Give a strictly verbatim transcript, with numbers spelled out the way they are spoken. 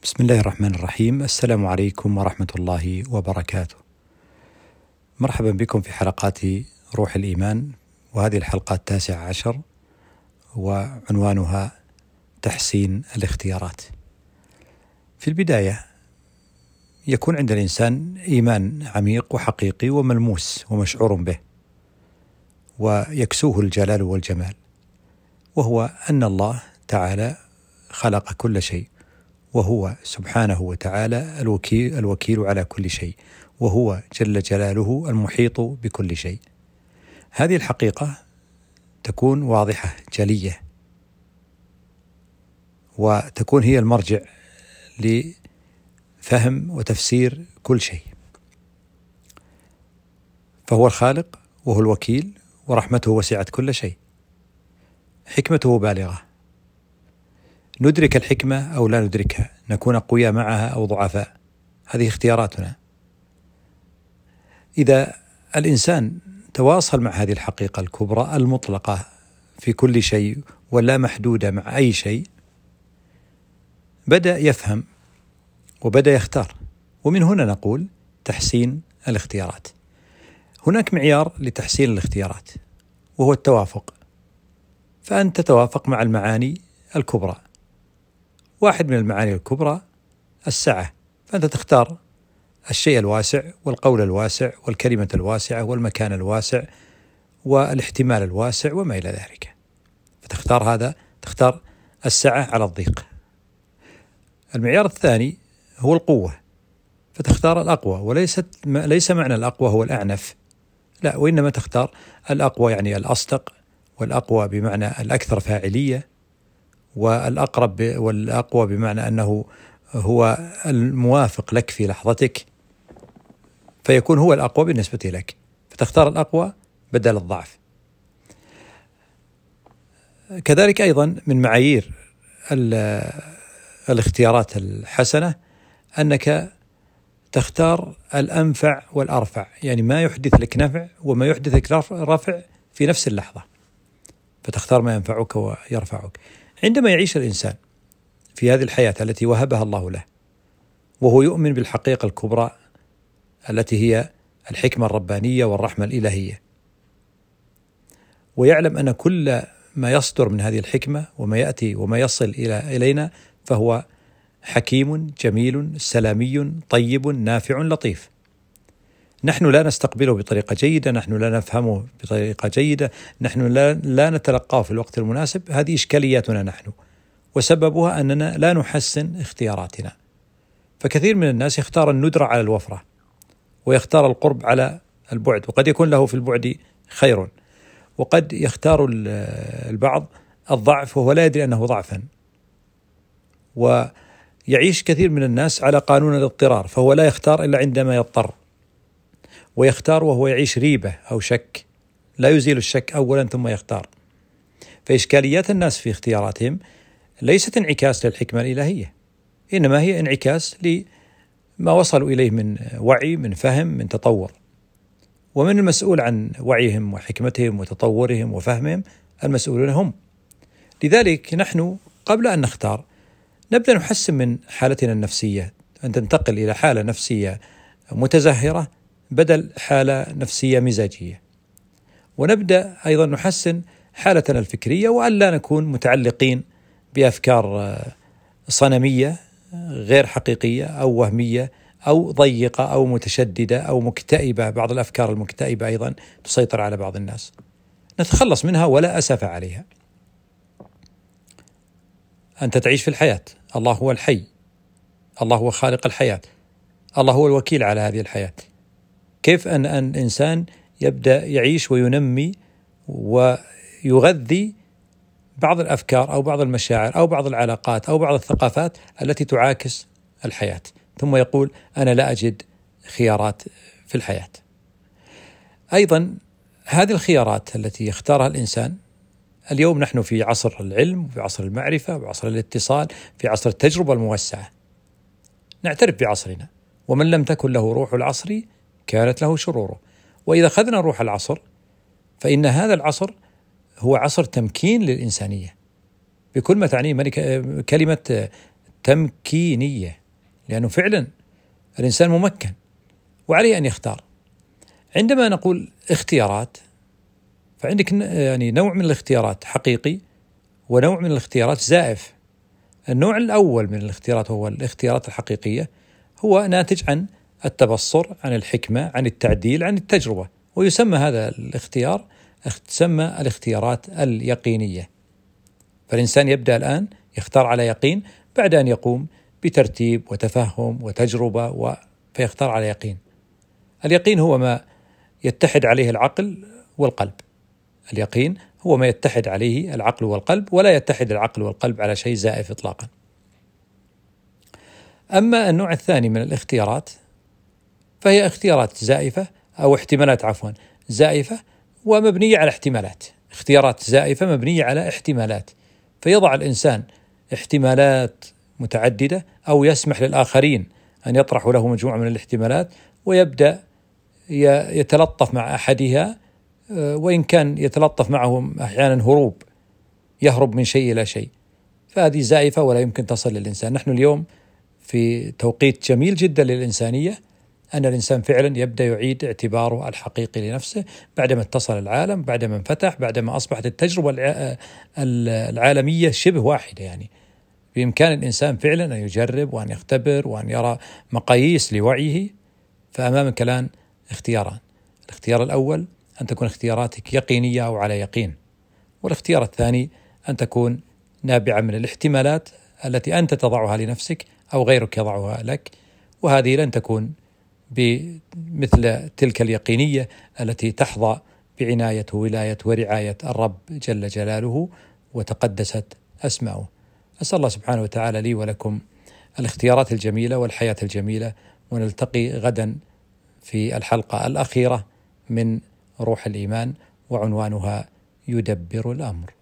بسم الله الرحمن الرحيم. السلام عليكم ورحمة الله وبركاته. مرحبا بكم في حلقات روح الإيمان، وهذه الحلقة التاسعة عشر وعنوانها تحسين الاختيارات. في البداية يكون عند الإنسان إيمان عميق وحقيقي وملموس ومشعور به، ويكسوه الجلال والجمال، وهو أن الله تعالى خلق كل شيء، وهو سبحانه وتعالى الوكيل الوكيل على كل شيء، وهو جل جلاله المحيط بكل شيء. هذه الحقيقة تكون واضحة جلية، وتكون هي المرجع لفهم وتفسير كل شيء. فهو الخالق وهو الوكيل، ورحمته وسعت كل شيء، حكمته بالغة. ندرك الحكمة أو لا ندركها، نكون أقوياء معها أو ضعفاء، هذه اختياراتنا. إذا الإنسان تواصل مع هذه الحقيقة الكبرى المطلقة في كل شيء ولا محدودة مع أي شيء، بدأ يفهم وبدأ يختار. ومن هنا نقول تحسين الاختيارات. هناك معيار لتحسين الاختيارات، وهو التوافق. فأنت تتوافق مع المعاني الكبرى. واحد من المعاني الكبرى السعة، فأنت تختار الشيء الواسع والقول الواسع والكلمة الواسعة والمكان الواسع والاحتمال الواسع وما إلى ذلك، فتختار هذا، تختار السعة على الضيق. المعيار الثاني هو القوة، فتختار الأقوى، وليست ليس معنى الأقوى هو الأعنف، لا، وإنما تختار الأقوى يعني الأصدق، والأقوى بمعنى الأكثر فاعلية، والأقرب والأقوى بمعنى أنه هو الموافق لك في لحظتك، فيكون هو الأقوى بالنسبة لك، فتختار الأقوى بدل الضعف. كذلك أيضا من معايير الاختيارات الحسنة أنك تختار الأنفع والأرفع، يعني ما يحدث لك نفع وما يحدث لك رفع في نفس اللحظة، فتختار ما ينفعك ويرفعك. عندما يعيش الإنسان في هذه الحياة التي وهبها الله له، وهو يؤمن بالحقيقة الكبرى التي هي الحكمة الربانية والرحمة الإلهية، ويعلم أن كل ما يصدر من هذه الحكمة وما يأتي وما يصل إلى إلينا فهو حكيم جميل سلامي طيب نافع لطيف. نحن لا نستقبله بطريقة جيدة، نحن لا نفهمه بطريقة جيدة، نحن لا, لا نتلقاه في الوقت المناسب. هذه إشكالياتنا نحن، وسببها أننا لا نحسن اختياراتنا. فكثير من الناس يختار الندرة على الوفرة، ويختار القرب على البعد، وقد يكون له في البعد خير، وقد يختار البعض الضعف وهو لا يدري أنه ضعفا. ويعيش كثير من الناس على قانون الاضطرار، فهو لا يختار إلا عندما يضطر، ويختار وهو يعيش ريبة أو شك، لا يزيل الشك أولا ثم يختار. فإشكاليات الناس في اختياراتهم ليست انعكاس للحكمة الإلهية، إنما هي انعكاس لما وصلوا إليه من وعي، من فهم، من تطور. ومن المسؤول عن وعيهم وحكمتهم وتطورهم وفهمهم المسؤولون هم. لذلك نحن قبل أن نختار نبدأ نحسن من حالتنا النفسية، أن تنتقل إلى حالة نفسية متزهرة بدل حالة نفسية مزاجية، ونبدأ أيضا نحسن حالتنا الفكرية، وأن لا نكون متعلقين بأفكار صنمية غير حقيقية أو وهمية أو ضيقة أو متشددة أو مكتئبة. بعض الأفكار المكتئبة أيضا تسيطر على بعض الناس، نتخلص منها ولا أسف عليها. أنت تعيش في الحياة، الله هو الحي، الله هو خالق الحياة، الله هو الوكيل على هذه الحياة. كيف أن الإنسان يبدأ يعيش وينمي ويغذي بعض الأفكار أو بعض المشاعر أو بعض العلاقات أو بعض الثقافات التي تعاكس الحياة، ثم يقول أنا لا أجد خيارات في الحياة. أيضا هذه الخيارات التي يختارها الإنسان، اليوم نحن في عصر العلم، في عصر المعرفة، في عصر الاتصال، في عصر التجربة الموسعة، نعترف بعصرنا، ومن لم تكن له روح العصر كانت له شروره. وإذا أخذنا روح العصر فإن هذا العصر هو عصر تمكين للإنسانية بكل ما تعنيه كلمة تمكينية، لأنه فعلا الإنسان ممكن وعليه أن يختار. عندما نقول اختيارات فعندك يعني نوع من الاختيارات حقيقي ونوع من الاختيارات زائف. النوع الأول من الاختيارات هو الاختيارات الحقيقية، هو ناتج عن التبصر، عن الحكمة، عن التعديل، عن التجربة، ويسمى هذا الاختيار تسمى الاختيارات اليقينية. فالإنسان يبدأ الآن يختار على يقين بعد أن يقوم بترتيب وتفهم وتجربة و... فيختار على يقين. اليقين هو ما يتحد عليه العقل والقلب. اليقين هو ما يتحد عليه العقل والقلب، ولا يتحد العقل والقلب على شيء زائف إطلاقا. أما النوع الثاني من الاختيارات فهي اختيارات زائفة أو احتمالات عفوا زائفة ومبنية على احتمالات. اختيارات زائفة مبنية على احتمالات، فيضع الإنسان احتمالات متعددة أو يسمح للآخرين أن يطرحوا له مجموعة من الاحتمالات ويبدأ يتلطف مع أحدها، وإن كان يتلطف معهم أحيانا هروب، يهرب من شيء إلى شيء، فهذه زائفة ولا يمكن تصل للإنسان. نحن اليوم في توقيت جميل جدا للإنسانية، أن الإنسان فعلا يبدأ يعيد اعتباره الحقيقي لنفسه بعدما اتصل العالم، بعدما انفتح، بعدما أصبحت التجربة العالمية شبه واحدة. يعني بإمكان الإنسان فعلا أن يجرب وأن يختبر وأن يرى مقاييس لوعيه. فأمامك الآن اختياران: الاختيار الأول أن تكون اختياراتك يقينية أو على يقين، والاختيار الثاني أن تكون نابعة من الاحتمالات التي أنت تضعها لنفسك أو غيرك يضعها لك، وهذه لن تكون بمثل تلك اليقينية التي تحظى بعناية وولاية ورعاية الرب جل جلاله وتقدست أسماؤه. أسأل الله سبحانه وتعالى لي ولكم الاختيارات الجميلة والحياة الجميلة، ونلتقي غدا في الحلقة الأخيرة من روح الإيمان، وعنوانها يدبر الأمر.